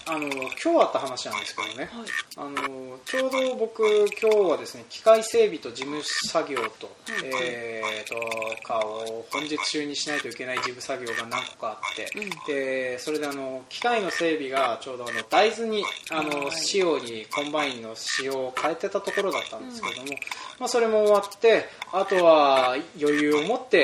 今日あった話なんですけどね、 はい、 ちょうど僕今日はですね、機械整備と事務作業と、かを本日中にしないといけない事務作業が何個かあって、でそれで機械の整備がちょうど大豆に仕様にコンバインの仕様を変えてたところだったんですけれども、それも終わって、あとは余裕を持って、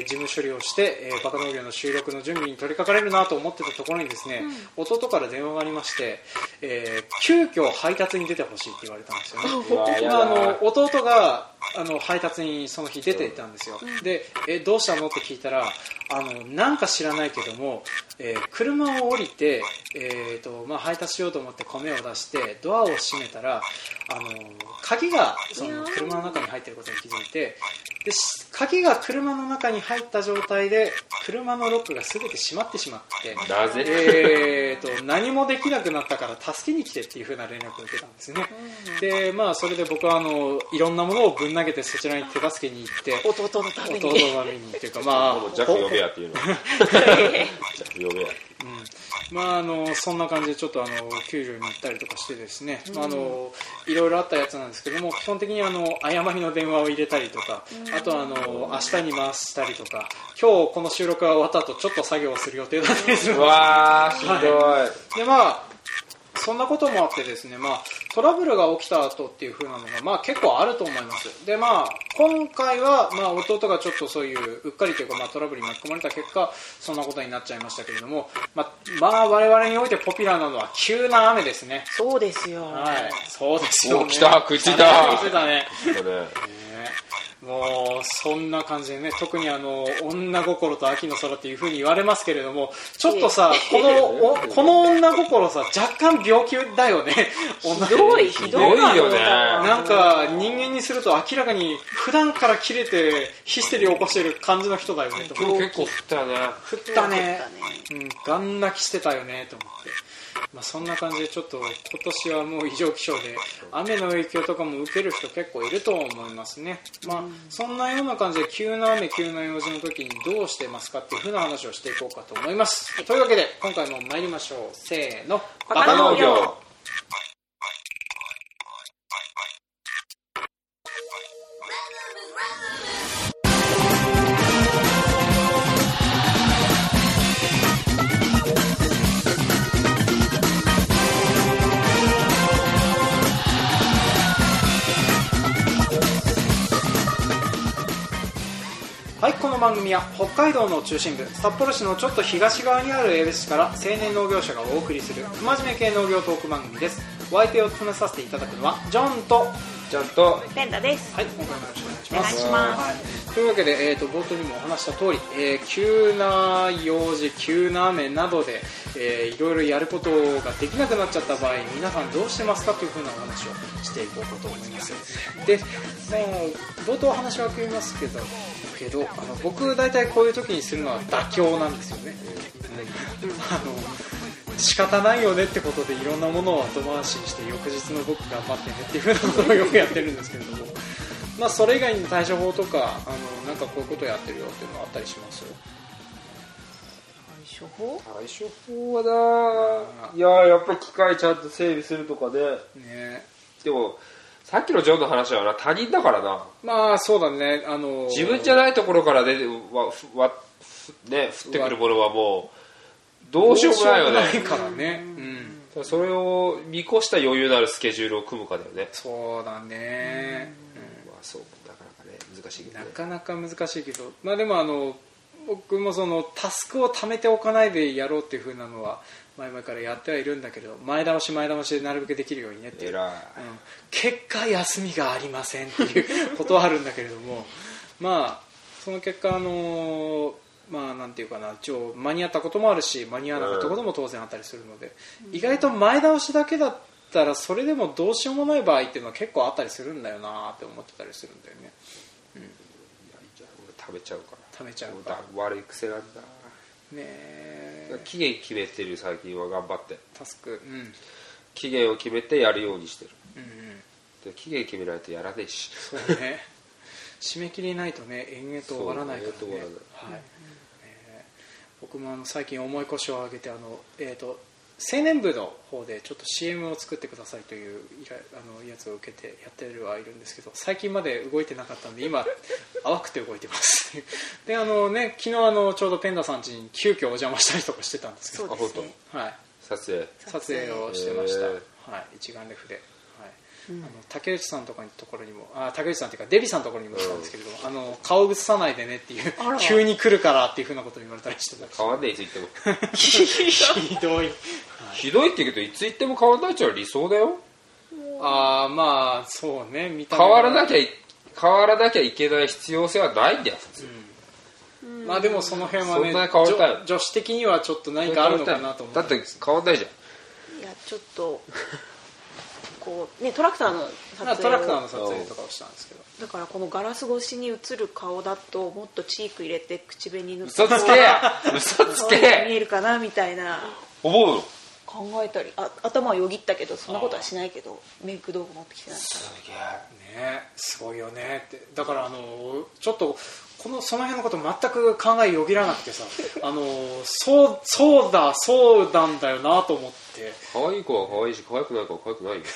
事務処理をして、バカ農業の収録の準備に取り掛かれるなと思ってたところにですね、弟から電話がありまして、急遽配達に出てほしいって言われたんですよね。弟が配達にその日出ていたんですよ。で、どうしたのって聞いたら、なんか知らないけども、車を降りて、配達しようと思って米を出してドアを閉めたら、鍵がその車の中に入っていることに気づいて、で鍵が車の中に入った状態で車のロックが全て閉まってしまって、 なぜ何もできなくなったから助けに来てっていう風な連絡を受けたんですね。で、それで僕はいろんなものをぶん投げてそちらに手助けに行って、 弟のためにっていうか、 ジャック呼べやっていうのジャック呼べや、 そんな感じでちょっと救助に行ったりとかしてですね、いろいろあったやつなんですけども、基本的に誤りの電話を入れたりとか、あと明日に回したりとか、今日この収録が終わった後ちょっと作業をする予定だったりするので、 わーしんどい、 でそんなこともあってですね、トラブルが起きた後っていう風なのが結構あると思います。で今回は弟がちょっとそういううっかりというかトラブルに巻き込まれた結果そんなことになっちゃいましたけれども、我々においてポピュラーなのは急な雨ですね。 そうですよ。 はい、そうですよね。 来た、食いついた。 食いついたね。もうそんな感じでね、特に女心と秋の空っていう風に言われますけれども、ちょっとさ、この女心さ、若干病気だよね。 ひどいよね。 なんか人間にすると明らかに普段からキレてヒステリーを起こしてる感じの人だよね。 今日結構降ったね。 ガン泣きしてたよねと思って。そんな感じでちょっと今年はもう異常気象で雨の影響とかも受ける人結構いると思いますね。そんなような感じで急な雨急な用事の時にどうしてますかっていう風な話をしていこうかと思います。というわけで今回も参りましょう。せーの、 バカ農業。 はい、この番組は北海道の中心部札幌市のちょっと東側にある江別市から青年農業者がお送りする不真面目系農業トーク番組です。お相手を務めさせていただくのはジョンとペンダです。 はい、今回もよろしくお願いします。というわけで、冒頭にもお話した通り、急な用事、急な雨などで、いろいろやることができなくなっちゃった場合、皆さんどうしてますかというふうなお話をしていこうかと思います。で、冒頭お話は組みますけど僕大体こういう時にするのは妥協なんですよね。仕方ないよねってことでいろんなものを後回しにして翌日の僕頑張ってねっていうふうなことをよくやってるんですけれども、それ以外に対処法とかなんかこういうことやってるよっていうのはあったりします？ 対処法はやっぱり機械ちゃんと整備するとかで、 ね、 でもさっきのジョンの話は他人だからな。 そうだね。 自分じゃないところから降ってくるものはもうどうしようもないよね。 ないからね。 それを見越した余裕のあるスケジュールを組むかだよね。 そうだね。 そうなかなかね難しいけどね。 なかなか難しいけど、でも僕もそのタスクを貯めておかないでやろうっていう風なのは前々からやってはいるんだけど、前倒しでなるべくできるようにねっていう、結果休みがありませんっていうことはあるんだけれどもその結果なんていうかな、間に合ったこともあるし間に合わなかったことも当然あったりするので、意外と前倒しだけだったらそれでもどうしようもない場合っていうのは結構あったりするんだよなって思ってたりするんだよね。 食べちゃうから悪い癖なんだね。期限決めてる最近は頑張ってタスク、 期限を決めてやるようにしてる。で期限決めないとやらねえし。 そうね。締め切りないとね延々と終わらないからね。僕も最近重い腰を上げて青年部の方でちょっと CM を作ってくださいというやつを受けてやってはいるんですけど、最近まで動いてなかったんで今淡くて動いてますで昨日ちょうどペンダさん家に急遽お邪魔したりとかしてたんですけど、 そうですね、 はい、 撮影をしてました、はい、一眼レフで、はい、竹内さんとかのところにも竹内さんっていうかデビさんのところにも来たんですけれども、顔映さないでねっていう急に来るからっていうふうなことを言われたりしてたりして、 変わんねえいつ行ってもひどい、 ひどいって言うけどいつ行っても変わんないっちゃ理想だよ。 まあそうね、見た目変わらなきゃいけない必要性はないんだよ普通、 まあでもその辺はね女子的にはちょっと何かあるのかなと思う。 だって変わんないじゃん。いやちょっとこうねトラクターの撮影とかをしたんですけど、 だからこのガラス越しに映る顔だともっとチーク入れて口紅塗って嘘つけ見えるかなみたいな思うの考えたり、頭をよぎったけどそんなことはしないけどメイク道具持ってきてないからすげえね、すごいよねって。だからちょっとその辺のこと全く考えよぎらなくてさそうなんだよなと思って、 可愛い子は可愛いし可愛くない子は可愛くないよ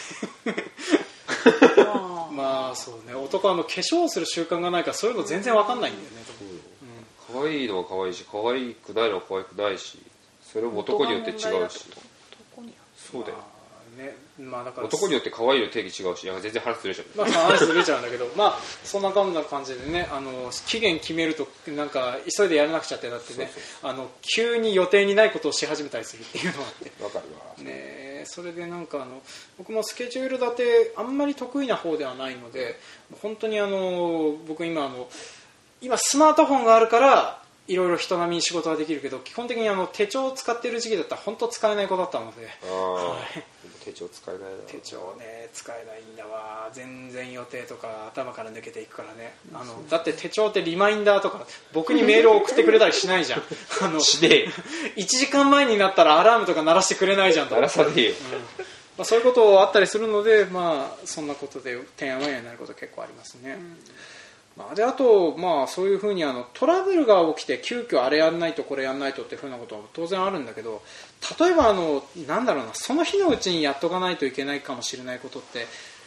まあそうね、男は化粧する習慣がないからそういうの全然わかんないんだよね、 可愛いのは可愛いし可愛くないのは可愛くないし、それも男によって違うし、そうだよね、まあ、だから男によって可愛いの定義違うし、全然話ずれちゃう、 話ずれちゃうんだけどまあそんな感じでね、期限決めるとなんか急いでやらなくちゃってなってね、急に予定にないことをし始めたりするっていうのがあって、 わかるわ、 ね、それでなんか僕もスケジュール立てあんまり得意な方ではないので、本当に僕今スマートフォンがあるからいろいろ人並みに仕事はできるけど、基本的に手帳を使ってる時期だったら本当使えない子だったので、 手帳使えないな。 手帳ね、使えないんだわ。全然予定とか頭から抜けていくからね。だって手帳ってリマインダーとか僕にメールを送ってくれたりしないじゃんしねえ 1時間前になったらアラームとか鳴らしてくれないじゃんと鳴らさねえよ、 そういうことあったりするので、そんなことでてんやわんやになること結構ありますね、であと、そういうふうにトラブルが起きて急遽あれやんないとこれやんないとっていうふうなことは当然あるんだけど、例えばなんだろうな、その日のうちにやっとかないといけないかもしれないことって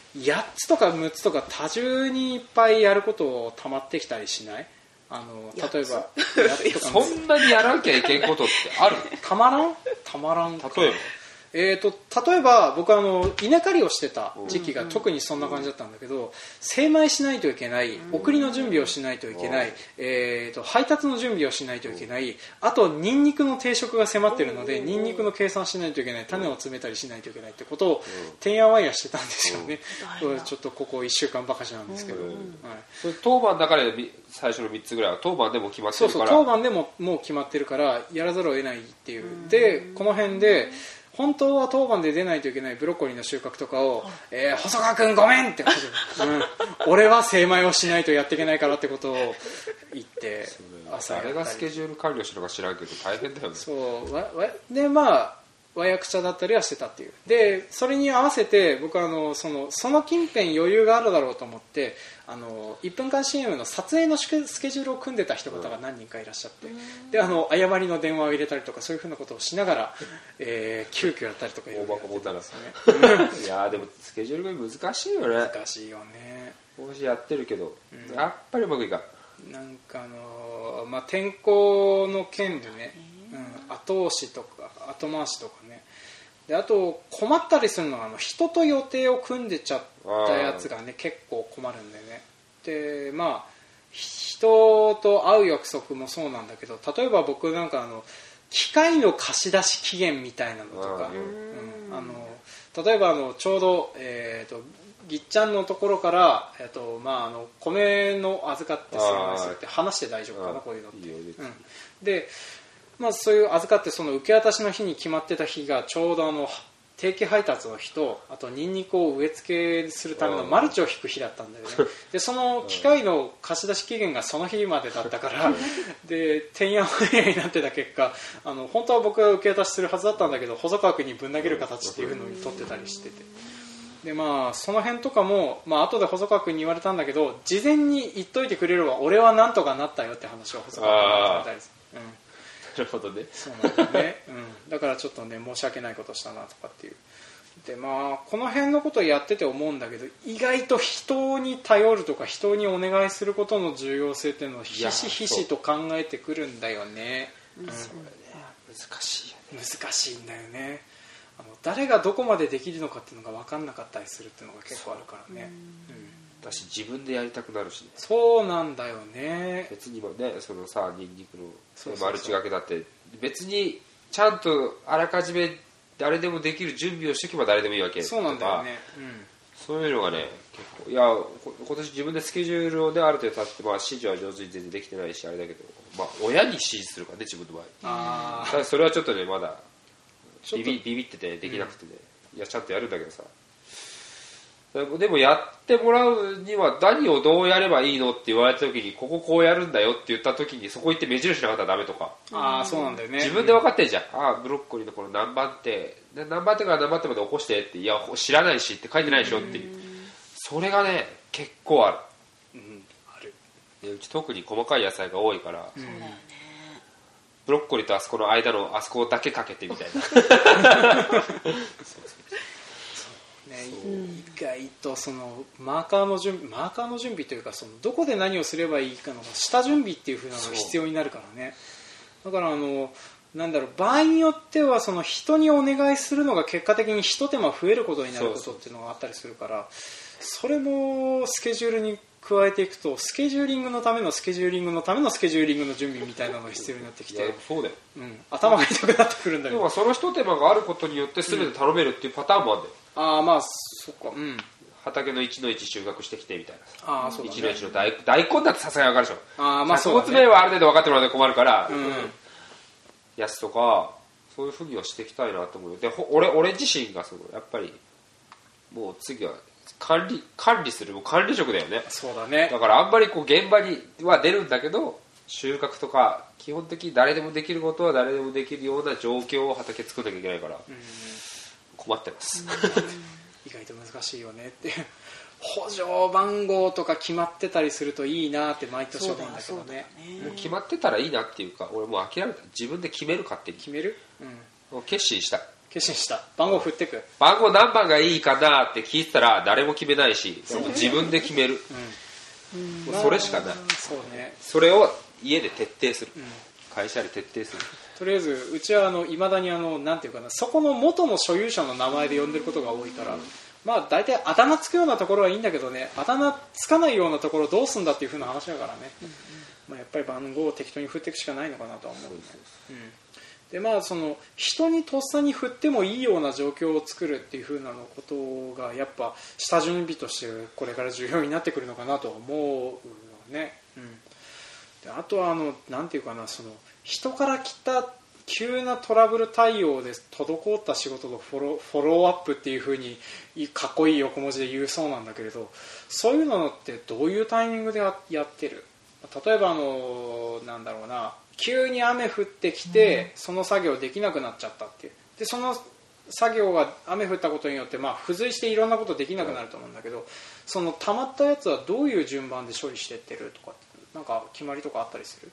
8つとか6つとか多重にいっぱいやることを溜まってきたりしない？例えばそんなにやらなきゃいけんことってある？ たまらん例えば例えば僕稲刈りをしてた時期が特にそんな感じだったんだけど、精米しないといけない、送りの準備をしないといけない、配達の準備をしないといけない、あとニンニクの定食が迫っているのでニンニクの計算しないといけない、種を詰めたりしないといけないってことをてんやわんやしてたんですよね、ちょっとここ1週間ばかしなんですけど、 それ当番だから最初の3つぐらいは当番でも決まってるから、 当番でももう決まってるからやらざるを得ないっていう、でこの辺で本当は当番で出ないといけないブロッコリーの収穫とかを、細川君ごめんってことで、俺は精米をしないとやっていけないからってことを言って朝やったり、誰がスケジュール管理をしろか知らんけど大変だよね。 そうで和訳者だったりはしてたっていう。でそれに合わせて僕はその近辺余裕があるだろうと思って1分間 CM の撮影のスケジュールを組んでた人方が何人かいらっしゃって、で誤りの電話を入れたりとかそういうふうなことをしながら、急遽やったりとか大箱持ったらですねいやでもスケジュールが難しいよね。 難しいよね。 僕やってるけど、やっぱりうまくいかん。 なんか天候の件でね、後押しとか後回しとかね、であと困ったりするのは人と予定を組んでちゃったやつがね結構困るんだよね。で人と会う約束もそうなんだけど、例えば僕なんか機械の貸し出し期限みたいなのとか、例えばちょうどぎっちゃんのところから、米の預かってするんですって話して大丈夫かなこういうのって。でそういう預かってその受け渡しの日に決まってた日がちょうど定期配達の日と、あとニンニクを植え付けするためのマルチを引く日だったんだよね。でその機械の貸し出し期限がその日までだったからでてんやわんやになってた結果本当は僕が受け渡しするはずだったんだけど細川君にぶん投げる形っていうのに取ってたりしてて、でその辺とかも、後で細川君に言われたんだけど事前に言っといてくれれば俺はなんとかなったよって話を細川君に言われたりする。 なるほどね。 そうなんだよね、だからちょっとね申し訳ないことしたなとかっていう。でまあこの辺のことをやってて思うんだけど、意外と人に頼るとか人にお願いすることの重要性っていうのをひしひしと考えてくるんだよね。 難しいよね。 難しいんだよね。誰がどこまでできるのかっていうのが分かんなかったりするっていうのが結構あるからね。 私自分でやりたくなるしね。 そうなんだよね。 別にねそのさニンニクのマルチがけだって別にちゃんとあらかじめ誰でもできる準備をしておけば誰でもいいわけ。 そうなんだよね。 そういうのがね結構いや今年自分でスケジュールをねある程度立って、まあ、指示は上手に全然できてないしあれだけど、まあ、親に指示するからね自分の場合。ただそれはちょっとねまだビビっててできなくてね、いやちゃんとやるんだけどさ、でもやってもらうには何をどうやればいいのって言われた時にこここうやるんだよって言った時にそこ行って目印なかったらダメとか。 そうなんだよね。 自分で分かってんじゃん。ブロッコリーのこの何番手から何番手まで起こしてって、いや知らないしって書いてないでしょっていう、それがね結構ある。 ある。 でうち特に細かい野菜が多いから、 そうだよね。 ブロッコリーとあそこの間のあそこだけかけてみたいな意外とそのマーカーの準備というか、そのどこで何をすればいいかの下準備っていう風なのが必要になるからね。だからなんだろう、場合によってはその人にお願いするのが結果的に一手間増えることになることっていうのがあったりするから、それもスケジュールに加えていくと、スケジューリングのためのスケジューリングのためのスケジューリングの準備みたいなのが必要になってきて、 そうだよ、 頭が痛くなってくるんだけど、 でもその一手間があることによって全て頼めるっていうパターンもあるんだよ。 まあそっか、 畑の1の1収穫してきてみたいな。 そうだね、 1の1の大根だってさすがに分かるでしょ。 まあそうだね、 作物名はある程度分かってもらわないと困るから、やつとかそういうふうにはしていきたいなと思うよ。で俺自身がやっぱりもう次は管理する管理職だよね。 そうだね。 だからあんまり現場には出るんだけど、収穫とか基本的に誰でもできることは誰でもできるような状況を畑作んなきゃいけないから、困ってます意外と難しいよねって補助番号とか決まってたりするといいなって毎年思うんだけどね。 もう決まってたらいいなっていうか、俺もう諦めた。自分で決めるかって決める、 もう決心した。 番号振ってく。 番号何番がいいかなって聞いてたら誰も決めないし、自分で決める、もうそれしかない。 そうね、 それを家で徹底する、会社で徹底する。 とりあえずうちはいまだになんていうかな、そこの元の所有者の名前で呼んでることが多いから、まあ大体あだ名つくようなところはいいんだけどね、あだ名つかないようなところどうすんだっていう風な話だからね、まあ、やっぱり番号を適当に振っていくしかないのかなとは思うね。でまあその人にとっさに振ってもいいような状況を作るっていう風なのことがやっぱ下準備としてこれから重要になってくるのかなと思うよね。であとはなんていうかな、その人から来た急なトラブル対応で滞った仕事のフォローアップっていう風にかっこいい横文字で言うそうなんだけれど、そういうのってどういうタイミングでやってる？例えばなんだろうな、急に雨降ってきてその作業できなくなっちゃったっていう。でその作業が雨降ったことによって付随していろんなことできなくなると思うんだけど、その溜まったやつはどういう順番で処理してってるとか、なんか決まりとかあったりする？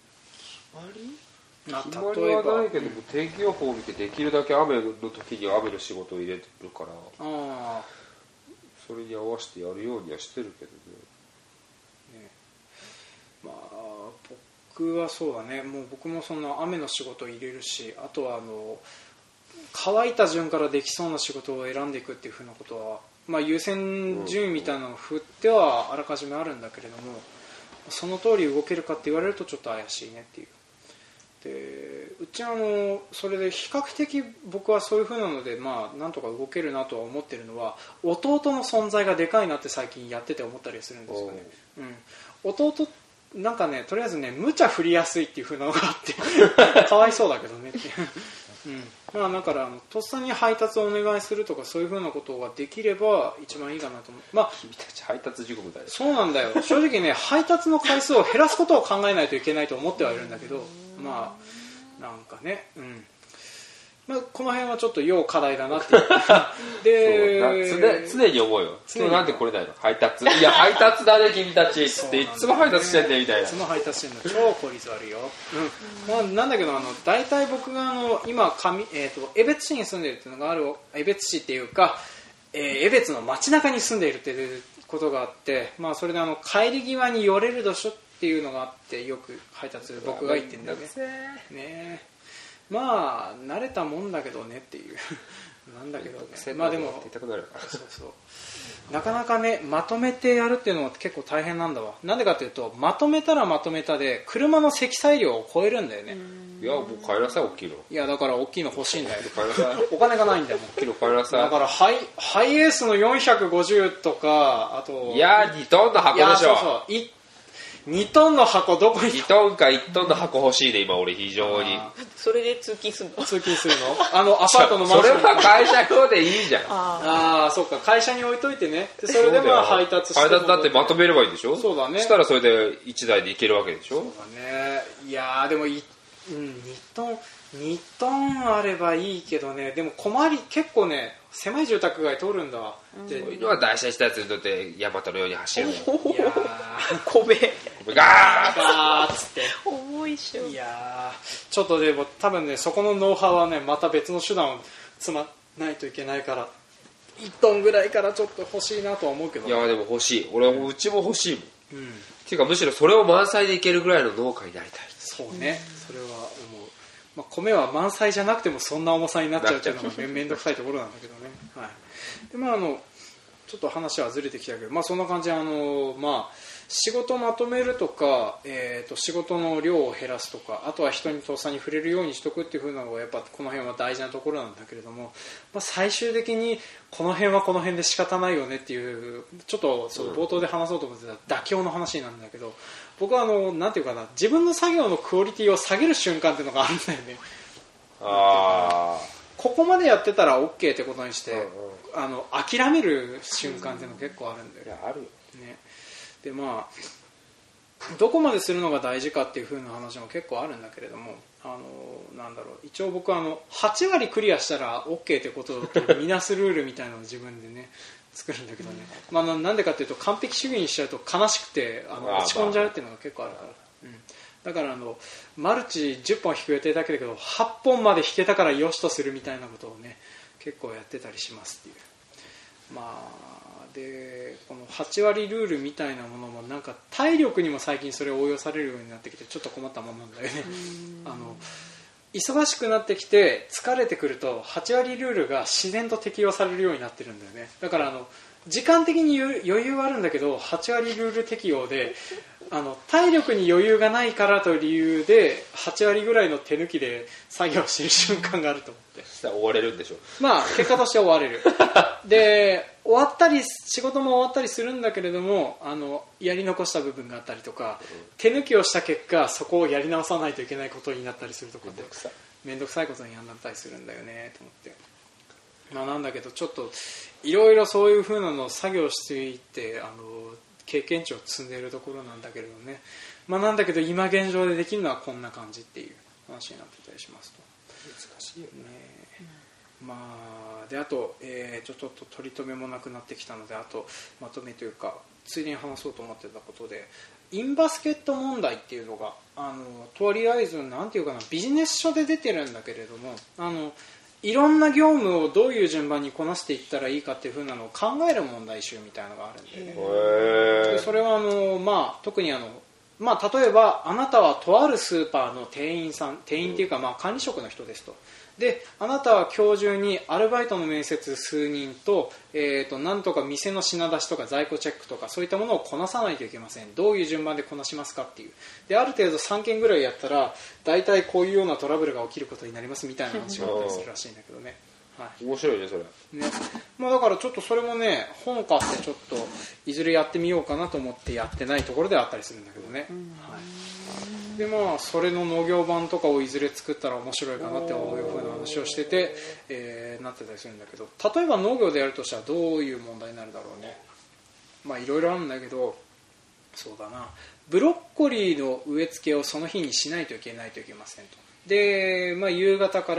決まりはないけども、天気予報を見てできるだけ雨の時に雨の仕事を入れてるから、それに合わせてやるようにはしてるけどね。 まあ僕はそうだね、もう僕もそんな雨の仕事を入れるし、あとは乾いた順からできそうな仕事を選んでいくっていうふうなことは、優先順位みたいなのを振ってはあらかじめあるんだけれども、その通り動けるかって言われるとちょっと怪しいねっていう。でうちそれで比較的僕はそういう風なのでなんとか動けるなとは思ってるのは、弟の存在がでかいなって最近やってて思ったりするんですよね。弟なんかね、とりあえずね無茶振りやすいっていう風なのがあってかわいそうだけどねってだからとっさに配達をお願いするとかそういう風なことができれば一番いいかなと思う。 君たち配達地獄だよ。 そうなんだよ、正直ね配達の回数を減らすことを考えないといけないと思ってはいるんだけど、なんかね、 まあ、この辺はちょっと要課題だなっていうで常に思うよ。今日なんで来れないの配達。いや配達だね君たちっていつも配達してんねみたいな。 いつも配達してんの超効率悪いよ、まあ、なんだけど大体僕が今江別市に住んでるっていうのがある。江別市っていうか、江別の街中に住んでいるっていうことがあって、まあ、それで帰り際に寄れるでしょっていうのがあってよく配達僕が行ってんだよね。まあ慣れたもんだけどねっていうなんだけどね、まあでもそうなかなかねまとめてやるっていうのは結構大変なんだわ。なんでかっていうとまとめたらまとめたで車の積載量を超えるんだよね。 いやもう買いなさい大きいの。 いやだから大きいの欲しいんだよ。 買いなさいお金がないんだよ。 大きいの買いなさい。 だからハイエースの450とかあといや2トンの箱でしょ。いやそうそう 2トンの箱どこに 2トンか1トンの箱欲しいね今俺非常に。 それで通勤するの？ 通勤するの？アパートのマンション。 それは会社用でいいじゃん。 ああそっか会社に置いといてね。でそれでまあ配達して配達だってまとめればいいんでしょ。 そうだね。 したらそれで1台で行けるわけでしょ。 そうだね。いやでも2トンあればいいけどね。でも結構ね狭い住宅街通るんだわ。 そういうのは台車したやつにとってヤマトのように走るのよ。 いや小部ガーッつって重いっしょ。 いやちょっとでも多分ねそこのノウハウはねまた別の手段を積まないといけないから1トンぐらいからちょっと欲しいなとは思うけど、 いやでも欲しい。俺うちも欲しいもん、っていうかむしろそれを満載でいけるぐらいの農家になりたい。 そうね、それは思う。まあ、米は満載じゃなくてもそんな重さになっちゃうっていうのが面倒くさいところなんだけどね、はい。でまあちょっと話はずれてきたけど、まあ、そんな感じでまあ、仕事をまとめるとか、仕事の量を減らすとかあとは人にとっさに触れるようにしとくっていう風なのがやっぱこの辺は大事なところなんだけれども、まあ、最終的にこの辺はこの辺で仕方ないよねっていうちょっと冒頭で話そうと思ってた妥協の話なんだけど、僕はなんていうかな自分の作業のクオリティを下げる瞬間っていうのがあるんだよね。ここまでやってたら OK ってことにして、諦める瞬間っていうの結構あるんだよ。 いやあるよ、 ね。でまあどこまでするのが大事かっていう風な話も結構あるんだけれども、なんだろう、一応僕は8割クリアしたら OK ってこととみなすルールみたいなのを自分でね作るんだけどね、まあ、なんでかっていうと完璧主義にしちゃうと悲しくて落ち込んじゃうっていうのが結構あるから、だからマルチ10本引く予定だけだけど8本まで引けたからよしとするみたいなことをね結構やってたりしますっていう。まあでこの8割ルールみたいなものもなんか体力にも最近それを応用されるようになってきてちょっと困ったもんなんだよね。忙しくなってきて疲れてくると8割ルールが自然と適用されるようになってるんだよね。だから時間的に余裕はあるんだけど8割ルール適用で体力に余裕がないからという理由で8割ぐらいの手抜きで作業してる瞬間があると思って終われるんでしょ。 まあ結果として終われるで終わったり仕事も終わったりするんだけれどもやり残した部分があったりとか、手抜きをした結果そこをやり直さないといけないことになったりするとかで面倒くさいことになったりするんだよねと思って、まあ、なんだけどちょっといろいろそういう風なのを作業していって経験値を積んでいるところなんだけれどね、まあ、なんだけど今現状でできるのはこんな感じっていう話になってたりしますと。 難しいよね。 まあ、であと、ちょっと取り留めもなくなってきたのであとまとめというかついでに話そうと思ってたことでインバスケット問題っていうのがとりあえずなんていうかなビジネス書で出てるんだけれどもいろんな業務をどういう順番にこなしていったらいいかっていう風なのを考える問題集みたいなのがあるんで、ね、でそれはまあ、特にまあ、例えばあなたはとあるスーパーの店員っていうか、まあ、管理職の人ですと。であなたは今日中にアルバイトの面接数人と、なんとか店の品出しとか在庫チェックとかそういったものをこなさないといけません。どういう順番でこなしますかっていうである程度3件ぐらいやったら大体こういうようなトラブルが起きることになりますみたいな話があったりするらしいんだけどね。はい、面白いねそれね。まあ、だからちょっとそれもね本買ってちょっといずれやってみようかなと思ってやってないところではあったりするんだけどね、はい。でまあそれの農業版とかをいずれ作ったら面白いかなって思うような話をしてて、なってたりするんだけど、例えば農業でやるとしたらどういう問題になるだろうね。まあいろいろあるんだけど、そうだな、ブロッコリーの植え付けをその日にしないといけないといけませんと。で、まあ、夕方から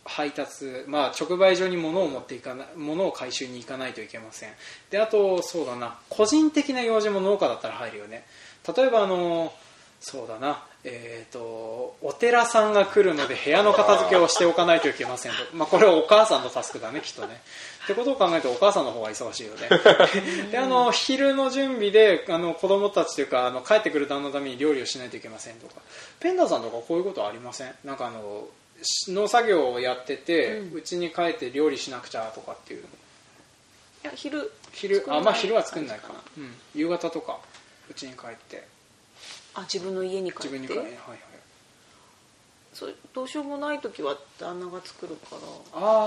配達、直売所に物を持っていかない、物を回収に行かないといけません。であとそうだな、個人的な用事も農家だったら入るよね。例えばそうだな、お寺さんが来るので部屋の片付けをしておかないといけませんと、これはお母さんのタスクだね、きっとね。ってことを考えるとお母さんの方が忙しいよね。で昼の準備で子供たちというか帰ってくる旦那のために料理をしないといけませんとか。ペンダーさんとかこういうことありません？なんか農作業をやっててうち、に帰って料理しなくちゃとかっていう。いや昼昼は作んないかな、夕方とかうちに帰って、 自分の家に帰って、 自分に帰って、はいはい、 それどうしようもない時は旦那が作るから、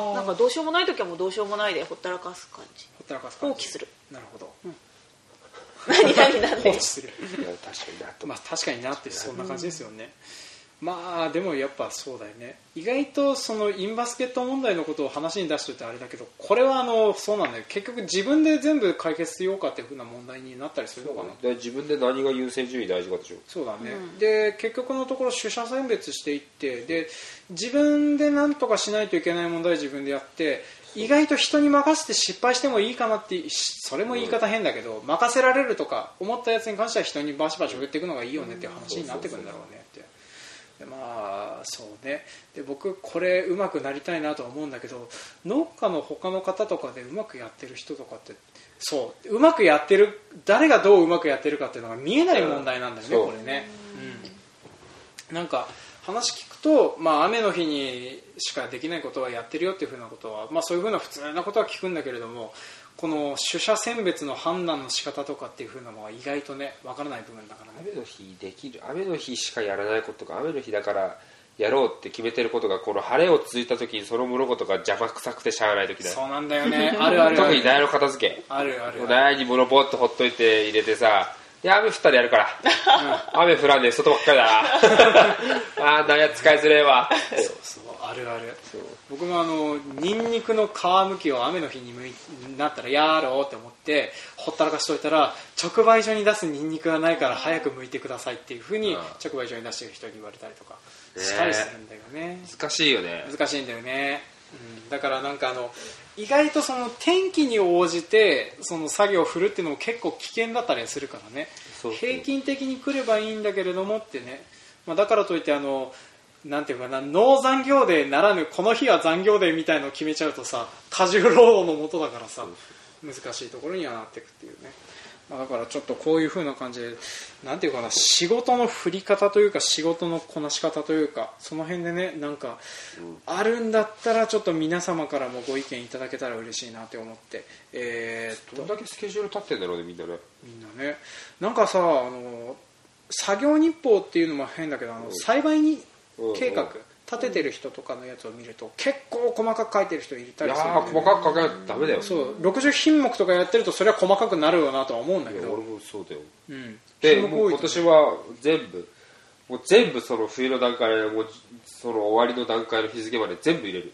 なんかどうしようもない時はもうどうしようもないでほったらかす感じ。 ほったらかす感じ。 放棄する。 なるほど。 何放置する。 いや確かになと。 確かになってそんな感じですよね。でもやっぱそうだよね。意外とそのインバスケット問題のことを話に出しておいてあれだけど、これはそうなんだよ。結局自分で全部解決しようかっていう風な問題になったりするのかな。 自分で何が優先順位大事かでしょ。 そうだね、で結局のところ取捨選別していって、で自分で何とかしないといけない問題を自分でやって、意外と人に任せて失敗してもいいかなって、それも言い方変だけど、任せられるとか思ったやつに関しては人にバシバシ振っていくのがいいよねっていう話になってくるんだろうねって。でそうね。で僕これ上手くなりたいなとは思うんだけど、農家の他の方とかで上手くやってる人とかって、そう上手くやってる、誰がどう上手くやってるかっていうのが見えない問題なんだよね、これね。なんか話聞くと、雨の日にしかできないことはやってるよっていうふうなことは、そういうふうな普通なことは聞くんだけれども、この取捨選別の判断の仕方とかっていうふうなのは意外とね分からない部分だからね。 雨の日できる、雨の日しかやらないこととか、雨の日だからやろうって決めてることが、この晴れを続いた時にその物事が邪魔くさくてしゃあない時だよ。 そうなんだよね。あるある。 特に台の片付け、 あるある。 台に物ボッとほっといて入れてさ、いや雨降ったらやるから、雨降らんで外ばっかりだな何や使いづれえわ。 そうあるある。僕もニンニクの皮むきを雨の日になったらやろうって思ってほったらかしといたら、直売所に出すニンニクがないから早く剥いてくださいっていうふうに直売所に出してる人に言われたりとかしたりするんだよね。 難しいよね。 難しいんだよね。だからなんか意外とその天気に応じてその作業を振るっていうのも結構危険だったりするからね。平均的に来ればいいんだけれどもってね。だからといってなんていうかな、農残業デーならぬこの日は残業デーみたいのを決めちゃうとさ、過重労働のもとだからさ、難しいところにはなっていくっていうね。だからちょっとこういう風な感じで、なんていうかな、仕事の振り方というか仕事のこなし方というか、その辺でね、なんかあるんだったらちょっと皆様からもご意見いただけたら嬉しいなって思って、 どんだけスケジュール立ってんだろうね、みんなね。 なんかさ、作業日報っていうのも変だけど、栽培に計画立ててる人とかのやつを見ると結構細かく書いてる人いたりする、 いや細かく書かないとダメだよ。 そう60品目とかやってるとそれは細かくなるよなとは思うんだけど。 俺もそうだよ、 でもう今年は全部その冬の段階でもうその終わりの段階の日付まで全部入れる。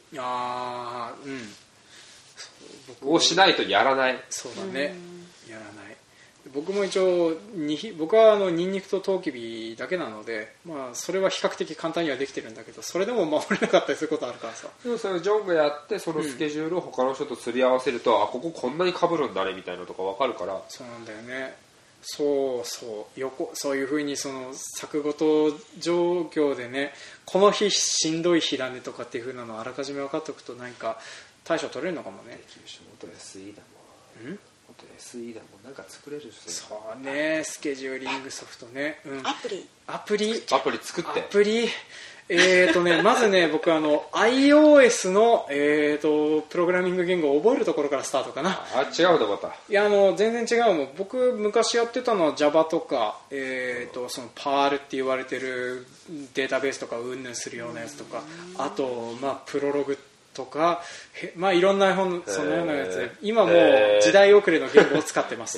をしないとやらない。 そうだね、やらない。僕も一応僕はニンニクとトウキビだけなので、それは比較的簡単にはできてるんだけど、それでも守れなかったりすることあるからさ。 でもそれジョンがやってそのスケジュールを他の人とすり合わせると、こここんなに被るんだねみたいなのとか分かるから。 そうなんだよね。そういうふうにその作ごと状況でね、この日しんどい日だねとかっていうふうなのをあらかじめ分かっておくと何か対処取れるのかもね。 SE だもん。SE だもん、なんか作れるし。 そうね、スケジューリングソフトね、 アプリ作って。 まずね、僕iOS のプログラミング言語を覚えるところからスタートかな。 違うのまた。 いや全然違うもん。僕昔やってたのは Java とかその PARL って言われてるデータベースとかうんぬんするようなやつとか、あとプロログとかいろんなそのようなやつで今もう時代遅れの言語を使ってます。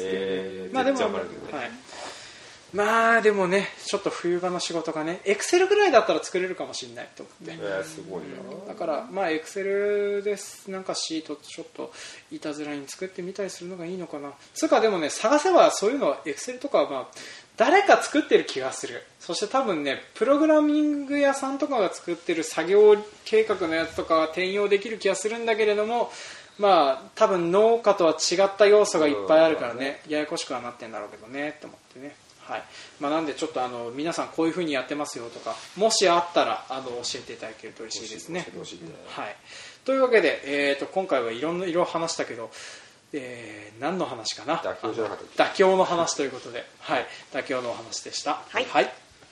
でもね、ちょっと冬場の仕事がね、Excel ぐらいだったら作れるかもしれないと思って。 すごいな。 だからExcel ですなんかシートちょっといたずらに作ってみたりするのがいいのかな。それからでもね、探せばそういうのは Excel とか誰か作ってる気がする。そして多分ね、プログラミング屋さんとかが作ってる作業計画のやつとかは転用できる気がするんだけれども、まあ多分農家とは違った要素がいっぱいあるからね、ややこしくはなってんだろうけどねって思ってね。はい。まあ、なんでちょっと皆さんこういう風にやってますよとか、もしあったら教えていただけると嬉しいですね。はい。というわけで、今回はいろいろ話したけど、何の話かな。 妥協じゃなかった。 妥協の話ということで、はい、妥協のお話でした。 はい。 はい。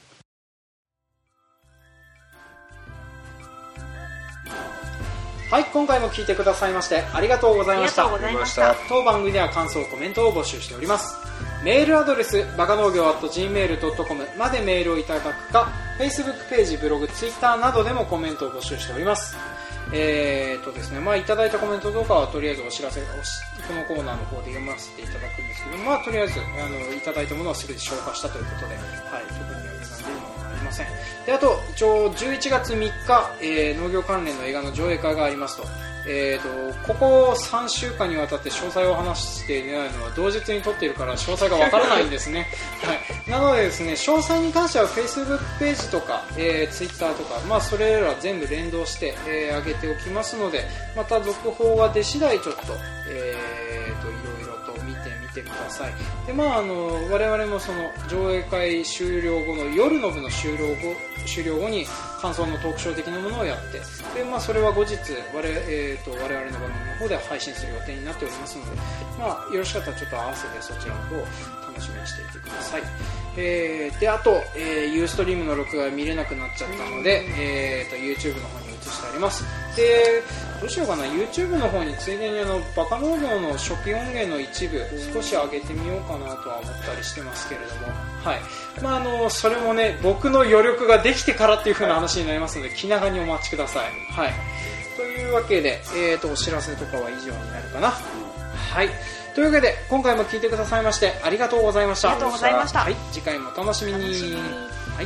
はい、今回も聞いてくださいましてありがとうございました。 ありがとうございました。 当番組では感想コメントを募集しております。メールアドレスバカ農業@gmail.com までメールをいただくか、 Facebook ページ、ブログ、Twitter などでもコメントを募集しております。ですね、まあいただいたコメントとかはとりあえずお知らせ、このコーナーの方で読ませていただくんですけど、まあとりあえずいただいたものは全て消化したということで、はい、特に読み出るものはありません。で、あと一応11月3日、農業関連の映画の上映会がありますと。ここ3週間にわたって詳細を話していないのは同日に撮っているから詳細がわからないんですね。はい、なのでですね、詳細に関しては Facebook ページとか、Twitter とか、まあ、それら全部連動して、上げておきますので、また続報が出次第ちょっと、いろいろと見てください。で、まあ、我々もその上映会終了後の夜の部の終了後に感想のトークショー的なものをやって、で、まあ、それは後日我々の番組の方で配信する予定になっておりますので、まあ、よろしかったらちょっと合わせてそちらの方を楽しみにしていてください。で、あと、ユーストリームの録画が見れなくなっちゃったので、YouTube の方に移してあります。で、どうしようかな、 YouTube の方についでにバカ農業の初期音源の一部少し上げてみようかなとは思ったりしてますけれども、はい、まあ、それもね、僕の余力ができてからっていう風な話になりますので、気長にお待ちください。はい、というわけで、お知らせとかは以上になるかな。はい、というわけで今回も聞いてくださいましてありがとうございました。 ありがとうございました。 はい、次回もお楽しみに。はい。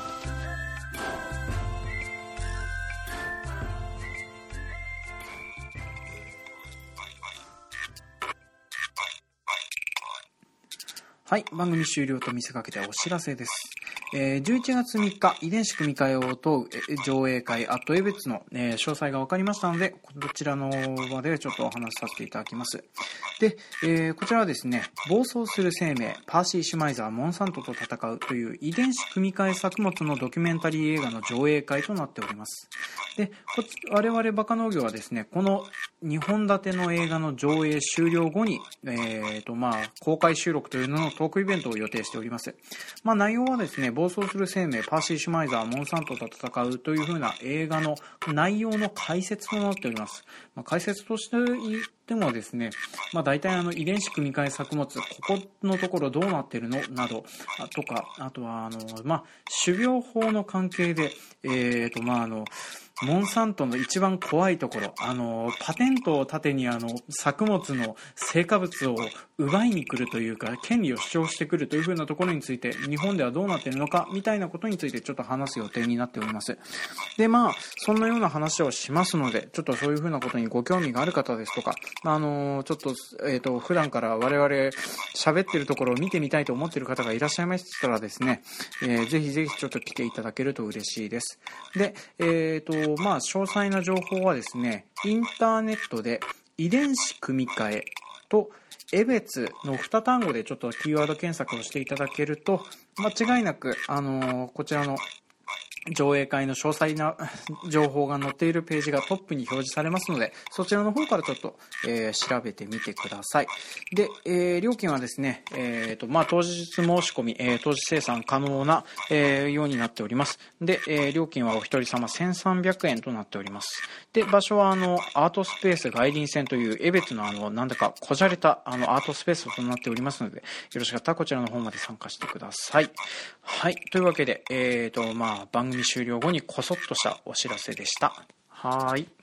はい、番組終了と見せかけてお知らせです。11月3日、遺伝子組み換えを問う上映会江別の、詳細が分かりましたので、こちらの場でちょっとお話しさせていただきます。で、こちらはですね、暴走する生命、パーシー・シュマイザー、モンサントと戦うという遺伝子組み換え作物のドキュメンタリー映画の上映会となっております。で、我々バカ農業はですね、この2本立ての映画の上映終了後に、公開収録というののトークイベントを予定しております。まあ、内容はですね、暴走する生命、パーシー・シュマイザー、モンサントと戦うという風な映画の内容の解説となっております。まあ、解説として言ってもですね、まあ、大体遺伝子組み換え作物、ここのところどうなってるのなどとか、あとは種苗法の関係で、モンサントの一番怖いところ、パテントを盾に作物の成果物を奪いに来るというか、権利を主張してくるという風なところについて、日本ではどうなっているのかみたいなことについてちょっと話す予定になっております。で、まあそんなような話をしますので、ちょっとそういう風なことにご興味がある方ですとか、ちょっと普段から我々喋ってるところを見てみたいと思っている方がいらっしゃいましたらですね、ぜひぜひちょっと来ていただけると嬉しいです。で、詳細な情報はですね、インターネットで遺伝子組み換えと江別の2単語でちょっとキーワード検索をしていただけると、間違いなく、こちらの上映会の詳細な情報が載っているページがトップに表示されますので、そちらの方からちょっと、調べてみてください。で、料金はですね、当日申し込み、当日生産可能な、ようになっております。で、料金はお一人様1300円となっております。で、場所はアートスペース外輪線という江別のなんだかこじゃれたアートスペースとなっておりますので、よろしかったらこちらの方まで参加してください。はい、というわけで、番組終了後にこそっとしたお知らせでした。はい。